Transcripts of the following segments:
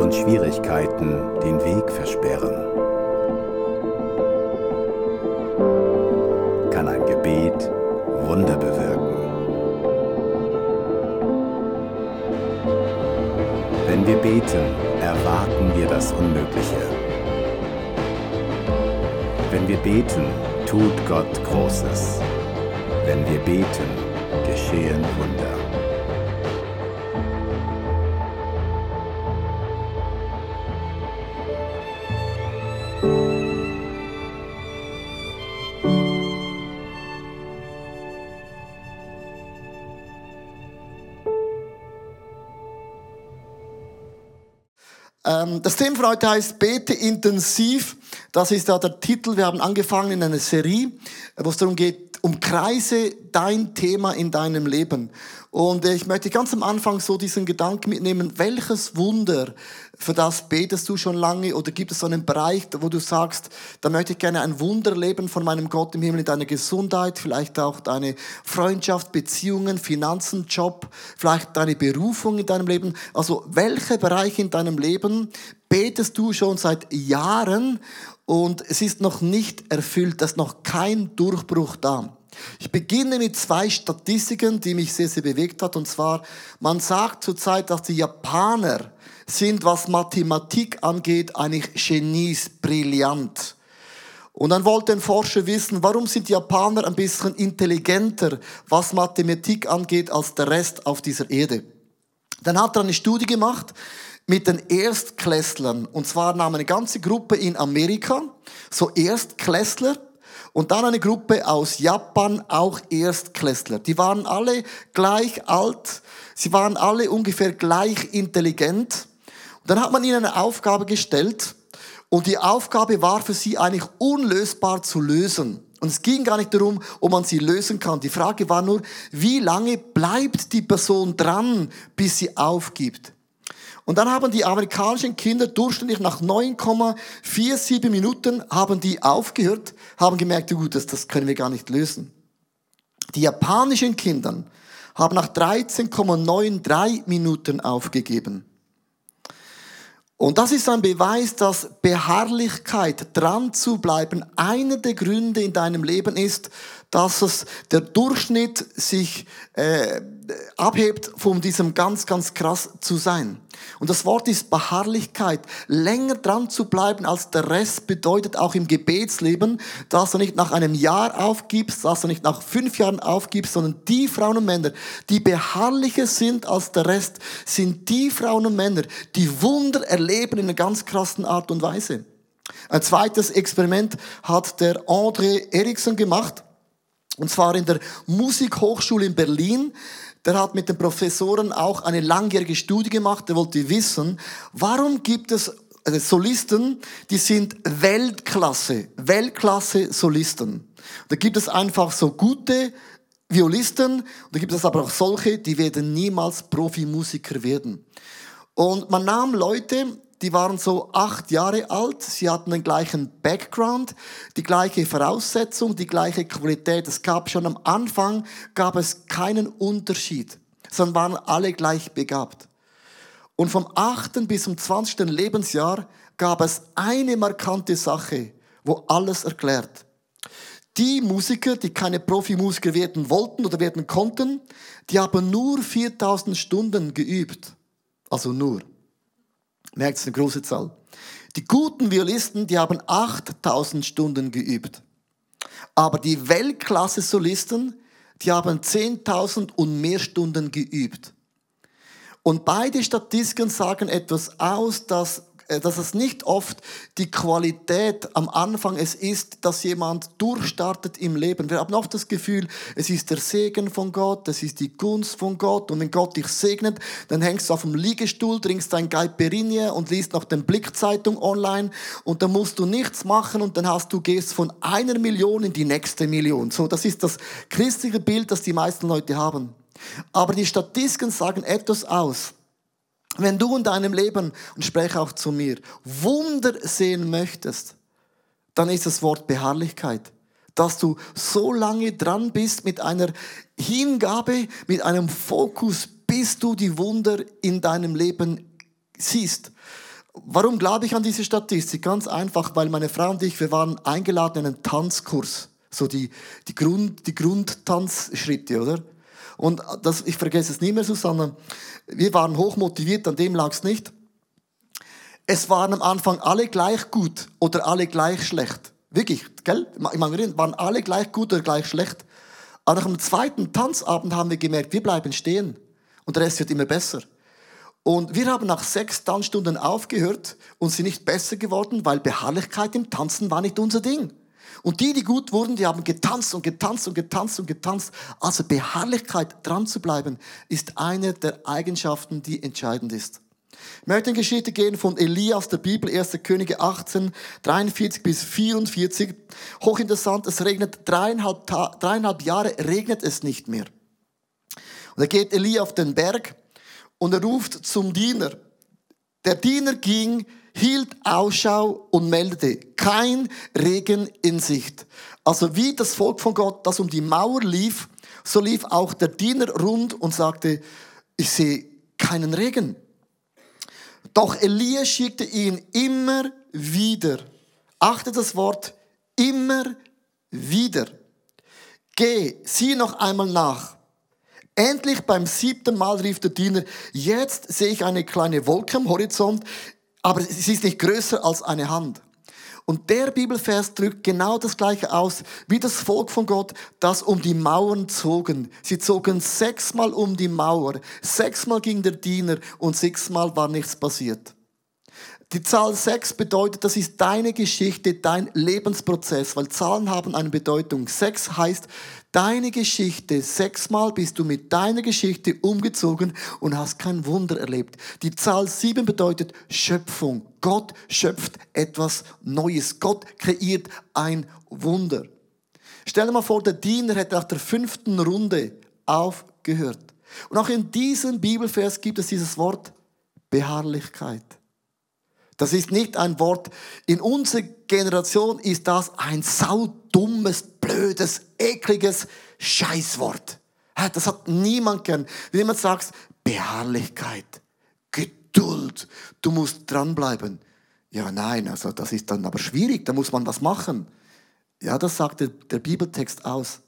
und Schwierigkeiten den Weg versperren? Kann ein Gebet Wunder bewirken? Wenn wir beten, erwarten wir das Unmögliche. Wenn wir beten, tut Gott Großes. Wenn wir beten, geschehen Wunder. Das Thema für heute heißt Bete intensiv. Das ist da der Titel. Wir haben angefangen in einer Serie, wo es darum geht, umkreise dein Thema in deinem Leben. Und ich möchte ganz am Anfang so diesen Gedanken mitnehmen, welches Wunder, für das betest du schon lange, oder gibt es so einen Bereich, wo du sagst, da möchte ich gerne ein Wunder leben von meinem Gott im Himmel in deiner Gesundheit, vielleicht auch deine Freundschaft, Beziehungen, Finanzen, Job, vielleicht deine Berufung in deinem Leben. Also welche Bereiche in deinem Leben betest du schon seit Jahren und es ist noch nicht erfüllt, es ist noch kein Durchbruch da? Ich beginne mit 2 Statistiken, die mich sehr, sehr bewegt hat. Und zwar, man sagt zurzeit, dass die Japaner sind, was Mathematik angeht, eigentlich Genies, brillant. Und dann wollte ein Forscher wissen, warum sind die Japaner ein bisschen intelligenter, was Mathematik angeht, als der Rest auf dieser Erde. Dann hat er eine Studie gemacht mit den Erstklässlern. Und zwar nahm eine ganze Gruppe in Amerika, so Erstklässler, und dann eine Gruppe aus Japan, auch Erstklässler. Die waren alle gleich alt, sie waren alle ungefähr gleich intelligent. Und dann hat man ihnen eine Aufgabe gestellt und die Aufgabe war für sie eigentlich unlösbar zu lösen. Und es ging gar nicht darum, ob man sie lösen kann. Die Frage war nur, wie lange bleibt die Person dran, bis sie aufgibt? Und dann haben die amerikanischen Kinder durchschnittlich nach 9,47 Minuten haben die aufgehört, haben gemerkt, gut, das können wir gar nicht lösen. Die japanischen Kinder haben nach 13,93 Minuten aufgegeben. Und das ist ein Beweis, dass Beharrlichkeit, dran zu bleiben, einer der Gründe in deinem Leben ist, dass es der Durchschnitt sich abhebt von diesem ganz, ganz krass zu sein. Und das Wort ist Beharrlichkeit. Länger dran zu bleiben als der Rest bedeutet auch im Gebetsleben, dass du nicht nach einem Jahr aufgibst, dass du nicht nach 5 Jahren aufgibst, sondern die Frauen und Männer, die beharrlicher sind als der Rest, sind die Frauen und Männer, die Wunder erleben in einer ganz krassen Art und Weise. Ein zweites Experiment hat der André Erikson gemacht. Und zwar in der Musikhochschule in Berlin. Der hat mit den Professoren auch eine langjährige Studie gemacht. Der wollte wissen, warum gibt es Solisten, die sind Weltklasse-Solisten. Da gibt es einfach so gute Violisten. Und da gibt es aber auch solche, die werden niemals Profimusiker werden. Und man nahm Leute, die waren so 8 Jahre alt, sie hatten den gleichen Background, die gleiche Voraussetzung, die gleiche Qualität. Es gab schon am Anfang, gab es keinen Unterschied, sondern waren alle gleich begabt. Und vom 8. bis zum 20. Lebensjahr gab es eine markante Sache, wo alles erklärt. Die Musiker, die keine Profimusiker werden wollten oder werden konnten, die haben nur 4000 Stunden geübt. Also nur. Merkt, es ist eine große Zahl. Die guten Violisten, die haben 8000 Stunden geübt. Aber die Weltklasse-Solisten, die haben 10.000 und mehr Stunden geübt. Und beide Statistiken sagen etwas aus, dass es nicht oft die Qualität am Anfang es ist, dass jemand durchstartet im Leben. Wir haben oft das Gefühl, es ist der Segen von Gott, es ist die Gunst von Gott. Und wenn Gott dich segnet, dann hängst du auf dem Liegestuhl, trinkst dein Caipirinha und liest noch den Blick-Zeitung online. Und dann musst du nichts machen und dann gehst von 1 Million in die nächste Million. So, das ist das christliche Bild, das die meisten Leute haben. Aber die Statistiken sagen etwas aus. Wenn du in deinem Leben, und spreche auch zu mir, Wunder sehen möchtest, dann ist das Wort Beharrlichkeit. Dass du so lange dran bist mit einer Hingabe, mit einem Fokus, bis du die Wunder in deinem Leben siehst. Warum glaube ich an diese Statistik? Ganz einfach, weil meine Frau und ich, wir waren eingeladen in einen Tanzkurs. So die Grundtanzschritte, oder? Und ich vergesse es nie mehr, Susanne. Wir waren hochmotiviert, an dem lag es nicht. Es waren am Anfang alle gleich gut oder alle gleich schlecht. Wirklich, gell? Ich meine, waren alle gleich gut oder gleich schlecht. Aber nach dem zweiten Tanzabend haben wir gemerkt, wir bleiben stehen. Und der Rest wird immer besser. Und wir haben nach 6 Tanzstunden aufgehört und sind nicht besser geworden, weil Beharrlichkeit im Tanzen war nicht unser Ding. Und die gut wurden, die haben getanzt und getanzt und getanzt und getanzt. Also Beharrlichkeit, dran zu bleiben, ist eine der Eigenschaften, die entscheidend ist. Ich möchte in die Geschichte gehen von Elia aus der Bibel, 1. Könige 18, 43 bis 44. Hochinteressant, es regnet 3,5 Jahre, regnet es nicht mehr. Und da geht Elia auf den Berg und er ruft zum Diener. Der Diener ging, hielt Ausschau und meldete, kein Regen in Sicht. Also wie das Volk von Gott, das um die Mauer lief, so lief auch der Diener rund und sagte, ich sehe keinen Regen. Doch Elia schickte ihn immer wieder. Achte das Wort, immer wieder. Geh, sieh noch einmal nach. Endlich beim 7. Mal rief der Diener, jetzt sehe ich eine kleine Wolke am Horizont, aber sie ist nicht größer als eine Hand. Und der Bibelvers drückt genau das Gleiche aus, wie das Volk von Gott, das um die Mauern zogen. Sie zogen 6-mal um die Mauer, 6-mal ging der Diener und 6-mal war nichts passiert. Die Zahl 6 bedeutet, das ist deine Geschichte, dein Lebensprozess, weil Zahlen haben eine Bedeutung. 6 heißt, deine Geschichte, 6-mal bist du mit deiner Geschichte umgezogen und hast kein Wunder erlebt. Die Zahl 7 bedeutet Schöpfung. Gott schöpft etwas Neues. Gott kreiert ein Wunder. Stell dir mal vor, der Diener hätte nach der 5. Runde aufgehört. Und auch in diesem Bibelvers gibt es dieses Wort Beharrlichkeit. Das ist nicht ein Wort, in unserer Generation ist das ein saudummes, blödes, ekliges Scheißwort. Das hat niemand gern. Wenn jemand sagt, Beharrlichkeit, Geduld, du musst dranbleiben. Ja, nein, also das ist dann aber schwierig, da muss man was machen. Ja, das sagt der Bibeltext aus.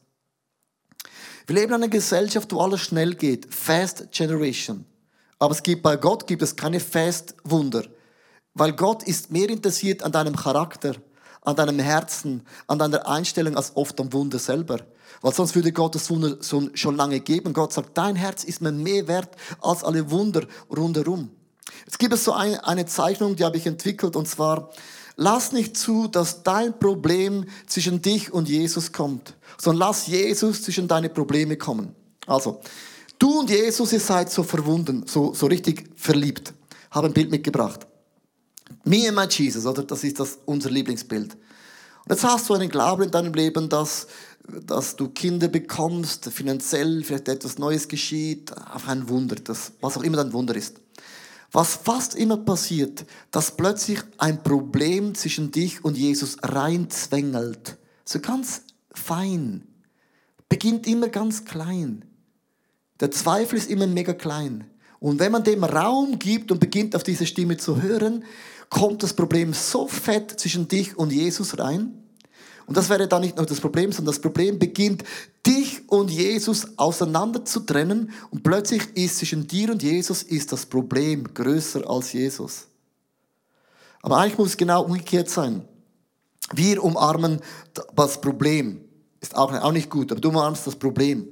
Wir leben in einer Gesellschaft, wo alles schnell geht. Fast Generation. Aber bei Gott gibt es keine Fast Wunder. Weil Gott ist mehr interessiert an deinem Charakter, an deinem Herzen, an deiner Einstellung als oft am Wunder selber. Weil sonst würde Gott das Wunder schon lange geben. Gott sagt, dein Herz ist mir mehr wert als alle Wunder rundherum. Jetzt gibt es so eine Zeichnung, die habe ich entwickelt, und zwar, lass nicht zu, dass dein Problem zwischen dich und Jesus kommt, sondern lass Jesus zwischen deine Probleme kommen. Also, du und Jesus, ihr seid so verwunden, so richtig verliebt. Ich habe ein Bild mitgebracht. Me and my Jesus, oder? Das ist unser Lieblingsbild. Und jetzt hast du einen Glauben in deinem Leben, dass du Kinder bekommst, finanziell vielleicht etwas Neues geschieht, auf ein Wunder, was auch immer dein Wunder ist. Was fast immer passiert, dass plötzlich ein Problem zwischen dich und Jesus reinzwängelt. So ganz fein. Beginnt immer ganz klein. Der Zweifel ist immer mega klein. Und wenn man dem Raum gibt und beginnt auf diese Stimme zu hören, kommt das Problem so fett zwischen dich und Jesus rein. Und das wäre dann nicht nur das Problem, sondern das Problem beginnt, dich und Jesus auseinander zu trennen. Und plötzlich ist zwischen dir und Jesus ist das Problem größer als Jesus. Aber eigentlich muss es genau umgekehrt sein. Wir umarmen das Problem. Ist auch nicht gut, aber du umarmst das Problem.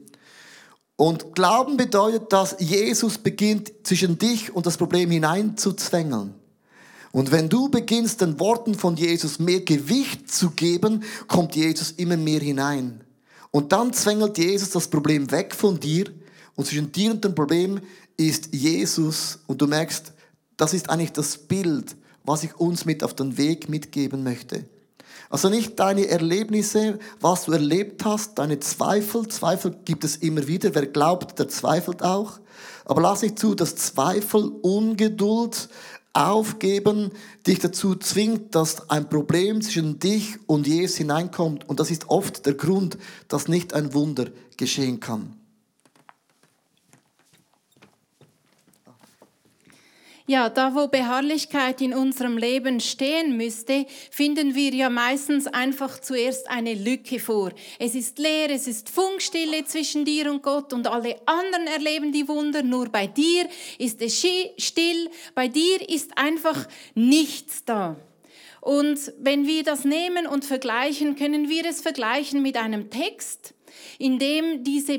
Und Glauben bedeutet, dass Jesus beginnt, zwischen dich und das Problem hineinzuzwängeln. Und wenn du beginnst, den Worten von Jesus mehr Gewicht zu geben, kommt Jesus immer mehr hinein. Und dann zwängelt Jesus das Problem weg von dir. Und zwischen dir und dem Problem ist Jesus. Und du merkst, das ist eigentlich das Bild, was ich uns mit auf den Weg mitgeben möchte. Also nicht deine Erlebnisse, was du erlebt hast, deine Zweifel. Zweifel gibt es immer wieder. Wer glaubt, der zweifelt auch. Aber lass nicht zu, dass Zweifel, Ungeduld, Aufgeben dich dazu zwingt, dass ein Problem zwischen dich und Jesus hineinkommt. Und das ist oft der Grund, dass nicht ein Wunder geschehen kann. Ja, da wo Beharrlichkeit in unserem Leben stehen müsste, finden wir ja meistens einfach zuerst eine Lücke vor. Es ist leer, es ist Funkstille zwischen dir und Gott und alle anderen erleben die Wunder, nur bei dir ist es still, bei dir ist einfach nichts da. Und wenn wir das nehmen und vergleichen, können wir es vergleichen mit einem Text, in dem diese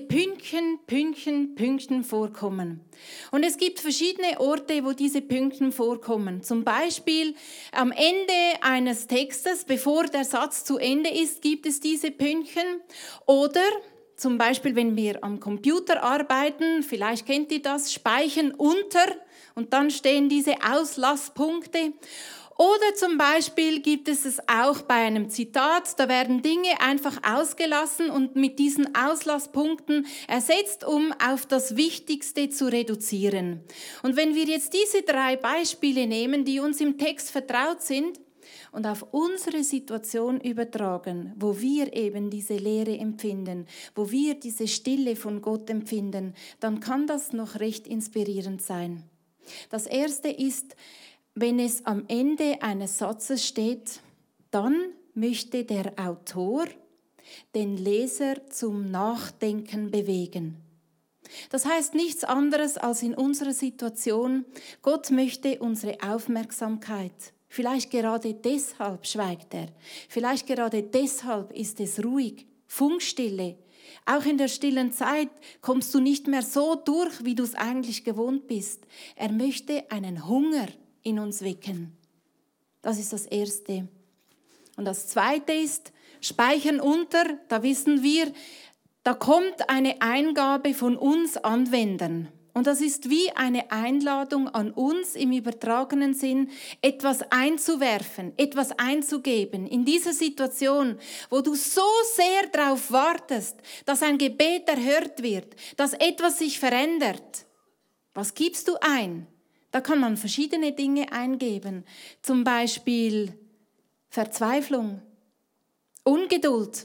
Pünktchen vorkommen. Und es gibt verschiedene Orte, wo diese Pünktchen vorkommen. Zum Beispiel am Ende eines Textes, bevor der Satz zu Ende ist, gibt es diese Pünktchen. Oder zum Beispiel, wenn wir am Computer arbeiten, vielleicht kennt ihr das, Speichern unter und dann stehen diese Auslasspunkte. Oder zum Beispiel gibt es es auch bei einem Zitat, da werden Dinge einfach ausgelassen und mit diesen Auslasspunkten ersetzt, um auf das Wichtigste zu reduzieren. Und wenn wir jetzt diese 3 Beispiele nehmen, die uns im Text vertraut sind, und auf unsere Situation übertragen, wo wir eben diese Leere empfinden, wo wir diese Stille von Gott empfinden, dann kann das noch recht inspirierend sein. Das erste ist, wenn es am Ende eines Satzes steht, dann möchte der Autor den Leser zum Nachdenken bewegen. Das heißt nichts anderes als in unserer Situation, Gott möchte unsere Aufmerksamkeit. Vielleicht gerade deshalb schweigt er. Vielleicht gerade deshalb ist es ruhig, Funkstille. Auch in der stillen Zeit kommst du nicht mehr so durch, wie du es eigentlich gewohnt bist. Er möchte einen Hunger in uns wecken. Das ist das Erste. Und das Zweite ist, speichern unter, da wissen wir, da kommt eine Eingabe von uns Anwendern. Und das ist wie eine Einladung an uns im übertragenen Sinn, etwas einzuwerfen, etwas einzugeben. In dieser Situation, wo du so sehr darauf wartest, dass ein Gebet erhört wird, dass etwas sich verändert. Was gibst du ein? Da kann man verschiedene Dinge eingeben. Zum Beispiel Verzweiflung, Ungeduld,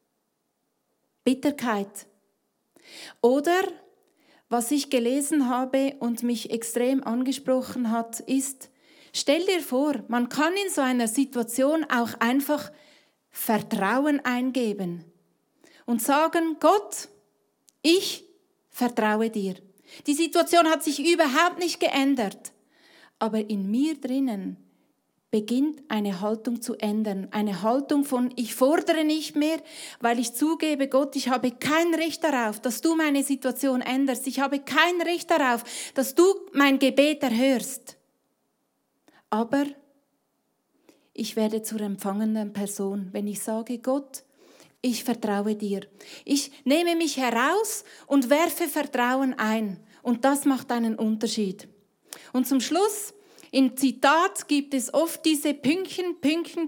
Bitterkeit. Oder, was ich gelesen habe und mich extrem angesprochen hat, ist, stell dir vor, man kann in so einer Situation auch einfach Vertrauen eingeben und sagen, Gott, ich vertraue dir. Die Situation hat sich überhaupt nicht geändert, aber in mir drinnen beginnt eine Haltung zu ändern. Eine Haltung von, ich fordere nicht mehr, weil ich zugebe, Gott, ich habe kein Recht darauf, dass du meine Situation änderst. Ich habe kein Recht darauf, dass du mein Gebet erhörst. Aber ich werde zur empfangenden Person, wenn ich sage, Gott, ich vertraue dir. Ich nehme mich heraus und werfe Vertrauen ein. Und das macht einen Unterschied. Und zum Schluss, im Zitat gibt es oft diese Pünktchen,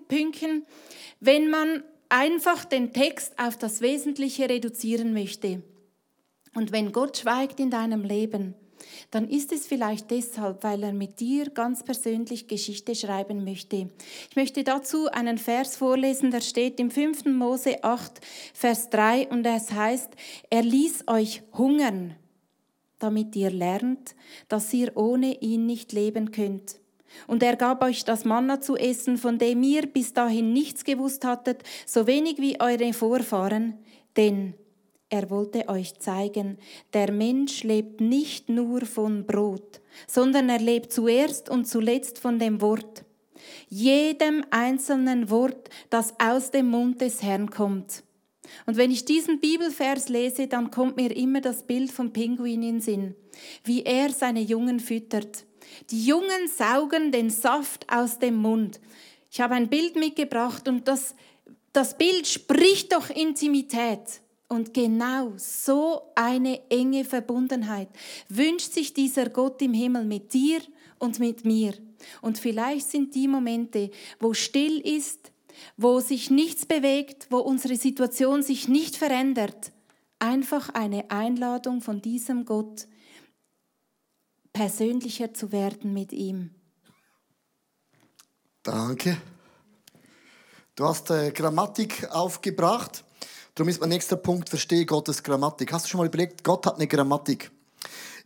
wenn man einfach den Text auf das Wesentliche reduzieren möchte. Und wenn Gott schweigt in deinem Leben, dann ist es vielleicht deshalb, weil er mit dir ganz persönlich Geschichte schreiben möchte. Ich möchte dazu einen Vers vorlesen, der steht im 5. Mose 8, Vers 3 und es heißt, er ließ euch hungern, damit ihr lernt, dass ihr ohne ihn nicht leben könnt. Und er gab euch das Manna zu essen, von dem ihr bis dahin nichts gewusst hattet, so wenig wie eure Vorfahren, denn er wollte euch zeigen, der Mensch lebt nicht nur von Brot, sondern er lebt zuerst und zuletzt von dem Wort. Jedem einzelnen Wort, das aus dem Mund des Herrn kommt. Und wenn ich diesen Bibelvers lese, dann kommt mir immer das Bild vom Pinguin in den Sinn, wie er seine Jungen füttert. Die Jungen saugen den Saft aus dem Mund. Ich habe ein Bild mitgebracht und das Bild spricht doch Intimität. Und genau so eine enge Verbundenheit wünscht sich dieser Gott im Himmel mit dir und mit mir. Und vielleicht sind die Momente, wo still ist, wo sich nichts bewegt, wo unsere Situation sich nicht verändert, einfach eine Einladung von diesem Gott, persönlicher zu werden mit ihm. Danke. Du hast Grammatik aufgebracht. Darum ist mein nächster Punkt, verstehe Gottes Grammatik. Hast du schon mal überlegt, Gott hat eine Grammatik.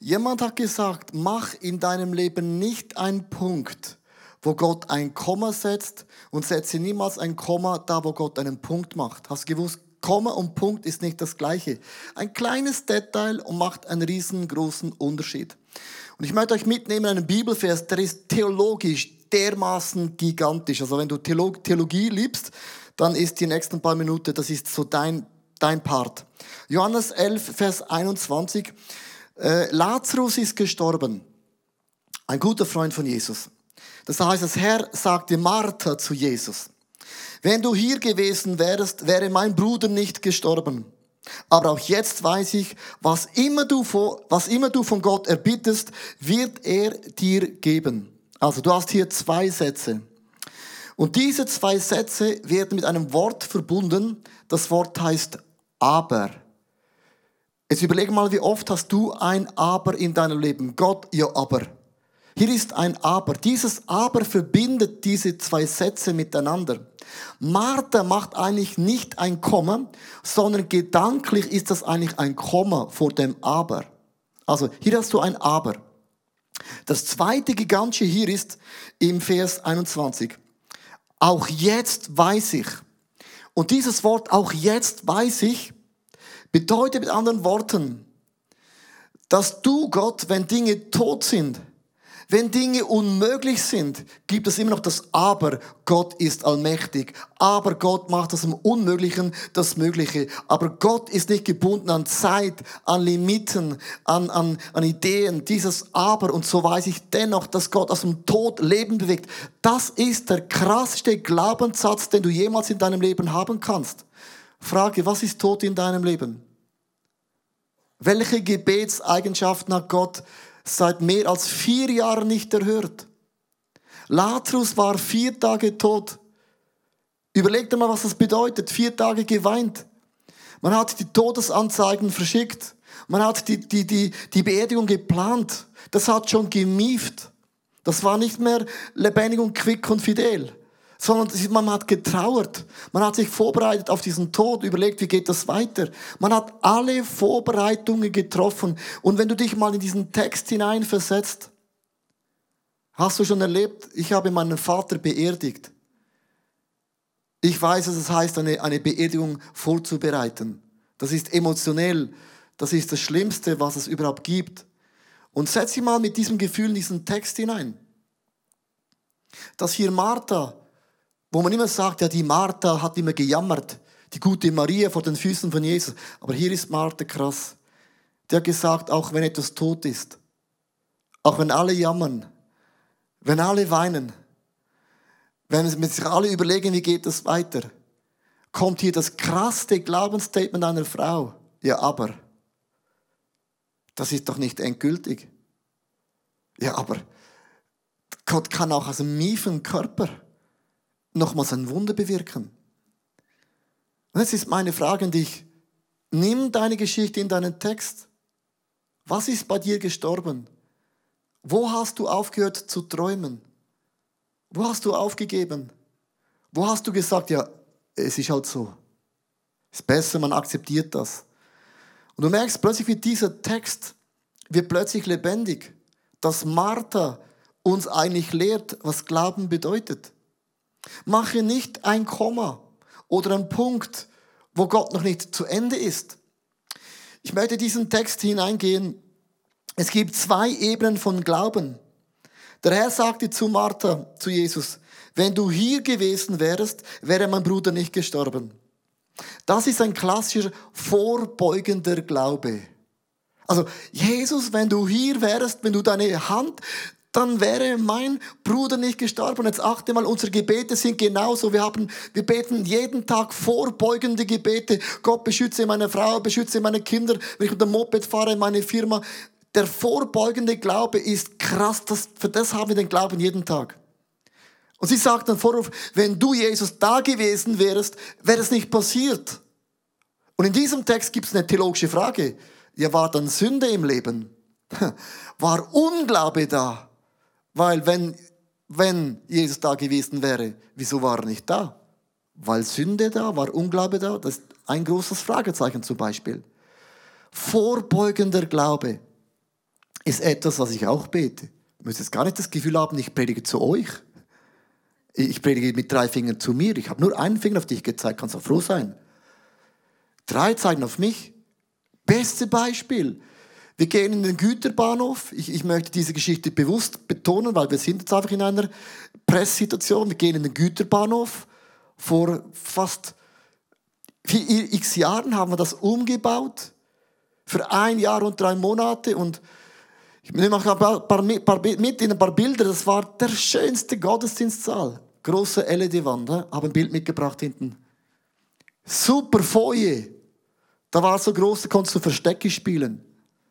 Jemand hat gesagt, mach in deinem Leben nicht einen Punkt, wo Gott ein Komma setzt, und setze niemals ein Komma da, wo Gott einen Punkt macht. Hast du gewusst, Komma und Punkt ist nicht das Gleiche. Ein kleines Detail und macht einen riesengroßen Unterschied. Und ich möchte euch mitnehmen in einen Bibelvers, der ist theologisch dermaßen gigantisch. Also wenn du Theologie liebst, dann ist die nächsten paar Minuten, das ist so dein Part. Johannes 11, Vers 21. Lazarus ist gestorben. Ein guter Freund von Jesus. Das heißt, das Herr sagte Martha zu Jesus: Wenn du hier gewesen wärst, wäre mein Bruder nicht gestorben. Aber auch jetzt weiß ich, was immer du von Gott erbittest, wird er dir geben. Also du hast hier 2 Sätze. Und diese 2 Sätze werden mit einem Wort verbunden. Das Wort heißt aber. Jetzt überlege mal, wie oft hast du ein Aber in deinem Leben? Gott, ja, aber. Hier ist ein Aber. Dieses Aber verbindet diese 2 Sätze miteinander. Martha macht eigentlich nicht ein Komma, sondern gedanklich ist das eigentlich ein Komma vor dem Aber. Also hier hast du ein Aber. Das zweite Gigantische hier ist im Vers 21. Auch jetzt weiß ich. Und dieses Wort, auch jetzt weiß ich, bedeutet mit anderen Worten, dass du, Gott, wenn Dinge tot sind, wenn Dinge unmöglich sind, gibt es immer noch das Aber. Gott ist allmächtig. Aber Gott macht aus dem Unmöglichen das Mögliche. Aber Gott ist nicht gebunden an Zeit, an Limiten, an Ideen. Dieses Aber, und so weiß ich dennoch, dass Gott aus dem Tod Leben bewegt. Das ist der krasseste Glaubenssatz, den du jemals in deinem Leben haben kannst. Frage, was ist Tod in deinem Leben? Welche Gebetseigenschaften hat Gott seit mehr als 4 Jahren nicht erhört? Lazarus war 4 Tage tot. Überleg dir mal, was das bedeutet. 4 Tage geweint. Man hat die Todesanzeigen verschickt. Man hat die Beerdigung geplant. Das hat schon gemieft. Das war nicht mehr lebendig und quick und fidel. Sondern man hat getrauert. Man hat sich vorbereitet auf diesen Tod, überlegt, wie geht das weiter. Man hat alle Vorbereitungen getroffen. Und wenn du dich mal in diesen Text hineinversetzt, hast du schon erlebt, ich habe meinen Vater beerdigt. Ich weiß, was es heißt, eine Beerdigung vorzubereiten. Das ist emotionell. Das ist das Schlimmste, was es überhaupt gibt. Und setz dich mal mit diesem Gefühl in diesen Text hinein. Dass hier Martha, wo man immer sagt, ja, die Martha hat immer gejammert, die gute Maria vor den Füßen von Jesus. Aber hier ist Martha krass. Die hat gesagt, auch wenn etwas tot ist, auch wenn alle jammern, wenn alle weinen, wenn sich alle überlegen, wie geht das weiter, kommt hier das krasseste Glaubensstatement einer Frau. Ja, aber das ist doch nicht endgültig. Ja, aber Gott kann auch aus einem miefen Körper nochmals ein Wunder bewirken. Und jetzt ist meine Frage an dich. Nimm deine Geschichte in deinen Text. Was ist bei dir gestorben? Wo hast du aufgehört zu träumen? Wo hast du aufgegeben? Wo hast du gesagt, ja, es ist halt so. Es ist besser, man akzeptiert das. Und du merkst plötzlich, wie dieser Text wird plötzlich lebendig. Dass Martha uns eigentlich lehrt, was Glauben bedeutet. Mache nicht ein Komma oder einen Punkt, wo Gott noch nicht zu Ende ist. Ich möchte diesen Text hineingehen. Es gibt 2 Ebenen von Glauben. Der Herr sagte zu Martha, zu Jesus, wenn du hier gewesen wärst, wäre mein Bruder nicht gestorben. Das ist ein klassischer vorbeugender Glaube. Also, Jesus, wenn du hier wärst, wenn du deine Hand, dann wäre mein Bruder nicht gestorben. Jetzt achte mal, unsere Gebete sind genauso. Wir beten jeden Tag vorbeugende Gebete. Gott, beschütze meine Frau, beschütze meine Kinder, wenn ich mit dem Moped fahre in meine Firma. Der vorbeugende Glaube ist krass. Für das haben wir den Glauben jeden Tag. Und sie sagt dann Vorwurf, wenn du, Jesus, da gewesen wärst, wäre es nicht passiert. Und in diesem Text gibt es eine theologische Frage. Ja, war dann Sünde im Leben? War Unglaube da? Weil wenn Jesus da gewesen wäre, wieso war er nicht da? Weil Sünde da, war Unglaube da? Das ist ein großes Fragezeichen zum Beispiel. Vorbeugender Glaube. ist etwas, was ich auch bete. Ihr müsst jetzt gar nicht das Gefühl haben, ich predige zu euch. Ich predige mit 3 Fingern zu mir. Ich habe nur einen Finger auf dich gezeigt, kannst auch froh sein. 3 zeigen auf mich. Beste Beispiel. Wir gehen in den Güterbahnhof. Ich möchte diese Geschichte bewusst betonen, weil wir sind jetzt einfach in einer Presssituation. Wir gehen in den Güterbahnhof. Vor fast x Jahren haben wir das umgebaut. Für 1 Jahr und 3 Monate. Und ich nehme auch mit in ein paar Bilder. Das war der schönste Gottesdienstsaal. Große LED-Wand. Habe ein Bild mitgebracht hinten. Super Foyer. Da war so groß, da konntest du Verstecke spielen.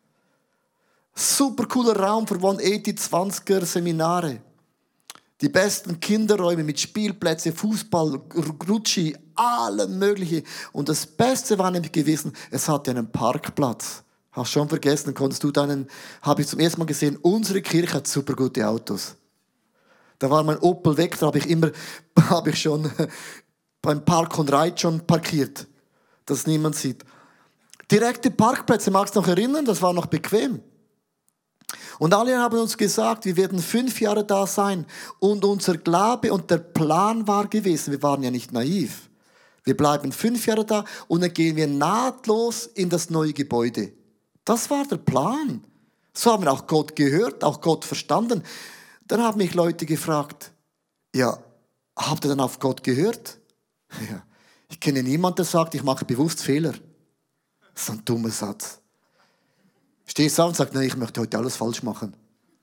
Super cooler Raum für 180, 20er Seminare. Die besten Kinderräume mit Spielplätzen, Fußball, Rutschi, allem Mögliche. Und das Beste war nämlich gewesen, es hatte einen Parkplatz. Hast schon vergessen, konntest du habe ich zum ersten Mal gesehen, unsere Kirche hat super gute Autos. Da war mein Opel weg, da habe ich schon beim Park und Ride schon parkiert, dass niemand sieht. Direkte Parkplätze, magst du noch erinnern? Das war noch bequem. Und alle haben uns gesagt, wir werden 5 Jahre da sein. Und unser Glaube und der Plan war gewesen, wir waren ja nicht naiv. Wir bleiben 5 Jahre da und dann gehen wir nahtlos in das neue Gebäude. Das war der Plan. So haben wir auch Gott gehört, auch Gott verstanden. Dann haben mich Leute gefragt, ja, habt ihr dann auf Gott gehört? Ja, ich kenne niemanden, der sagt, ich mache bewusst Fehler. Das ist ein dummer Satz. Stehst du auf und sagst, nein, ich möchte heute alles falsch machen.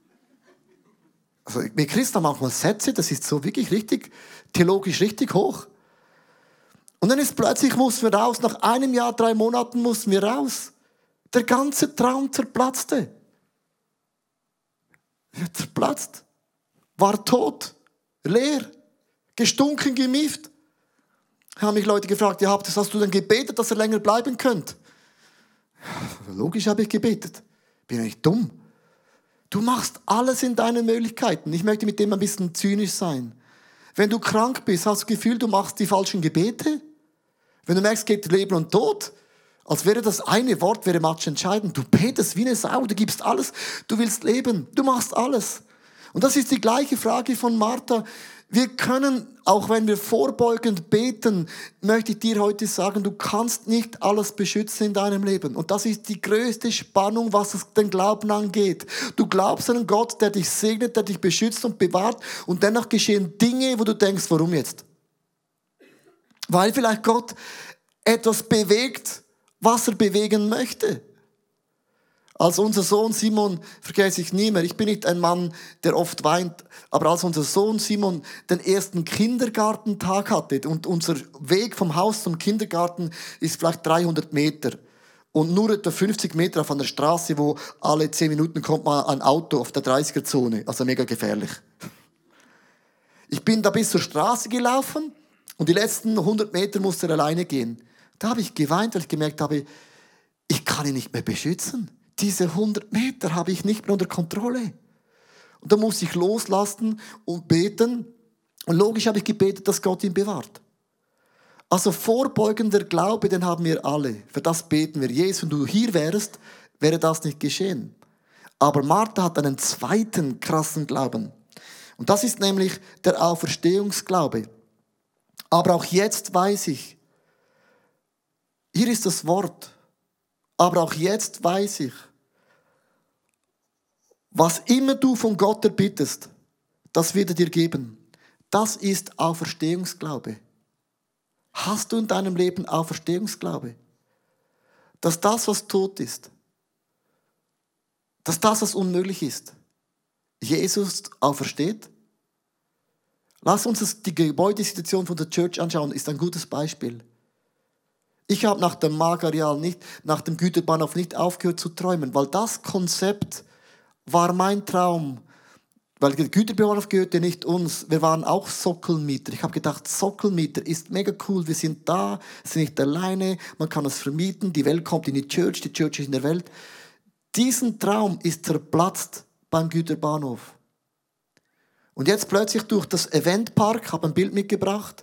Also, wir Christen haben manchmal Sätze, das ist so wirklich richtig, theologisch richtig hoch. Und dann ist plötzlich, mussten wir raus, nach 1 Jahr, 3 Monaten mussten wir raus. Der ganze Traum zerplatzte. Ja, zerplatzt. War tot. Leer. Gestunken, gemieft. Haben mich Leute gefragt, ja, hast du denn gebetet, dass ihr länger bleiben könnt? Logisch habe ich gebetet. Bin ja nicht dumm. Du machst alles in deinen Möglichkeiten. Ich möchte mit dem ein bisschen zynisch sein. Wenn du krank bist, hast du das Gefühl, du machst die falschen Gebete? Wenn du merkst, es geht Leben und Tod, als wäre das eine Wort, wäre matchentscheidend. Du betest wie eine Sau, du gibst alles, du willst leben, du machst alles. Und das ist die gleiche Frage von Martha. Wir können, auch wenn wir vorbeugend beten, möchte ich dir heute sagen, du kannst nicht alles beschützen in deinem Leben. Und das ist die größte Spannung, was den Glauben angeht. Du glaubst an einen Gott, der dich segnet, der dich beschützt und bewahrt. Und dennoch geschehen Dinge, wo du denkst, warum jetzt? Weil vielleicht Gott etwas bewegt, was er bewegen möchte. Als unser Sohn Simon, vergesse ich nie mehr, ich bin nicht ein Mann, der oft weint, aber als unser Sohn Simon den ersten Kindergartentag hatte und unser Weg vom Haus zum Kindergarten ist vielleicht 300 Meter und nur etwa 50 Meter auf einer Straße, wo alle 10 Minuten kommt mal ein Auto auf der 30er-Zone, also mega gefährlich. Ich bin da bis zur Straße gelaufen und die letzten 100 Meter musste er alleine gehen. Da habe ich geweint, weil ich gemerkt habe, ich kann ihn nicht mehr beschützen. Diese 100 Meter habe ich nicht mehr unter Kontrolle. Und da muss ich loslassen und beten. Und logisch habe ich gebetet, dass Gott ihn bewahrt. Also vorbeugender Glaube, den haben wir alle. Für das beten wir. Jesus, wenn du hier wärst, wäre das nicht geschehen. Aber Martha hat einen zweiten krassen Glauben. Und das ist nämlich der Auferstehungsglaube. Aber auch jetzt weiß ich, hier ist das Wort, aber auch jetzt weiß ich, was immer du von Gott erbittest, das wird er dir geben. Das ist Auferstehungsglaube. Hast du in deinem Leben Auferstehungsglaube? Dass das, was tot ist, dass das, was unmöglich ist, Jesus aufersteht? Lass uns die Gebäudesituation von der Church anschauen, ist ein gutes Beispiel. Ich habe nach dem Magareal nach dem Güterbahnhof nicht aufgehört zu träumen, weil das Konzept war mein Traum. Weil der Güterbahnhof gehörte nicht uns, wir waren auch Sockelmieter. Ich habe gedacht, Sockelmieter ist mega cool, wir sind da, sind nicht alleine, man kann es vermieten, die Welt kommt in die Church ist in der Welt. Diesen Traum ist zerplatzt beim Güterbahnhof. Und jetzt plötzlich durch das Eventpark, habe ein Bild mitgebracht,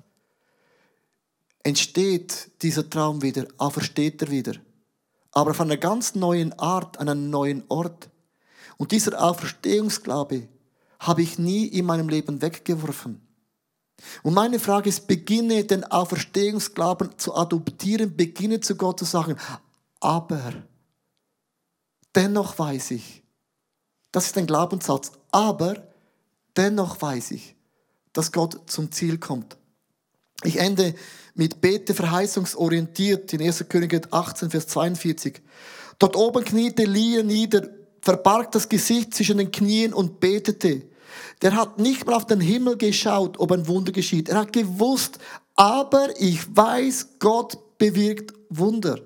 entsteht dieser Traum wieder, aufersteht er wieder. Aber auf einer ganz neuen Art, an einem neuen Ort. Und dieser Auferstehungsglaube habe ich nie in meinem Leben weggeworfen. Und meine Frage ist, beginne den Auferstehungsglauben zu adoptieren, beginne zu Gott zu sagen, aber dennoch weiß ich, das ist ein Glaubenssatz, aber dennoch weiß ich, dass Gott zum Ziel kommt. Ich ende mit bete verheißungsorientiert in 1. Könige 18, Vers 42. Dort oben kniete Elia nieder, verbarg das Gesicht zwischen den Knien und betete. Der hat nicht mal auf den Himmel geschaut, ob ein Wunder geschieht. Er hat gewusst, aber ich weiß, Gott bewirkt Wunder.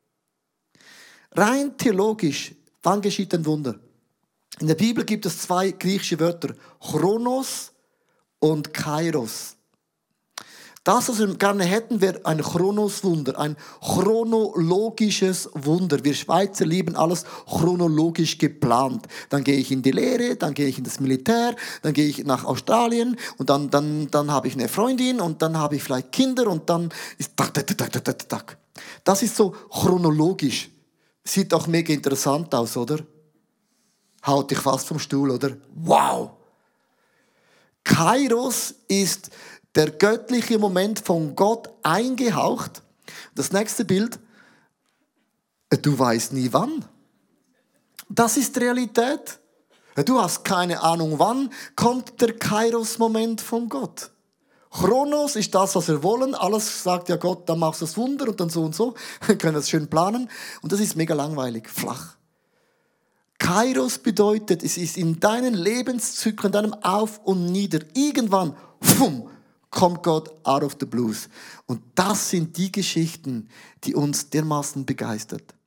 Rein theologisch, wann geschieht ein Wunder? In der Bibel gibt es 2 griechische Wörter, Chronos und Kairos. Das, was wir gerne hätten, wäre ein Chronoswunder, ein chronologisches Wunder. Wir Schweizer lieben alles chronologisch geplant. Dann gehe ich in die Lehre, dann gehe ich in das Militär, dann gehe ich nach Australien und dann habe ich eine Freundin und dann habe ich vielleicht Kinder und dann ist tak. Das ist so chronologisch. Sieht auch mega interessant aus, oder? Haut dich fast vom Stuhl, oder? Wow! Kairos ist der göttliche Moment von Gott eingehaucht. Das nächste Bild, du weißt nie wann. Das ist Realität. Du hast keine Ahnung, wann kommt der Kairos-Moment von Gott. Chronos ist das, was wir wollen. Alles sagt ja Gott, dann machst du das Wunder und dann so und so. Wir können das schön planen. Und das ist mega langweilig, flach. Kairos bedeutet, es ist in deinen Lebenszyklen, in deinem Auf und Nieder. Irgendwann, kommt Gott out of the blues. Und das sind die Geschichten, die uns dermaßen begeistert.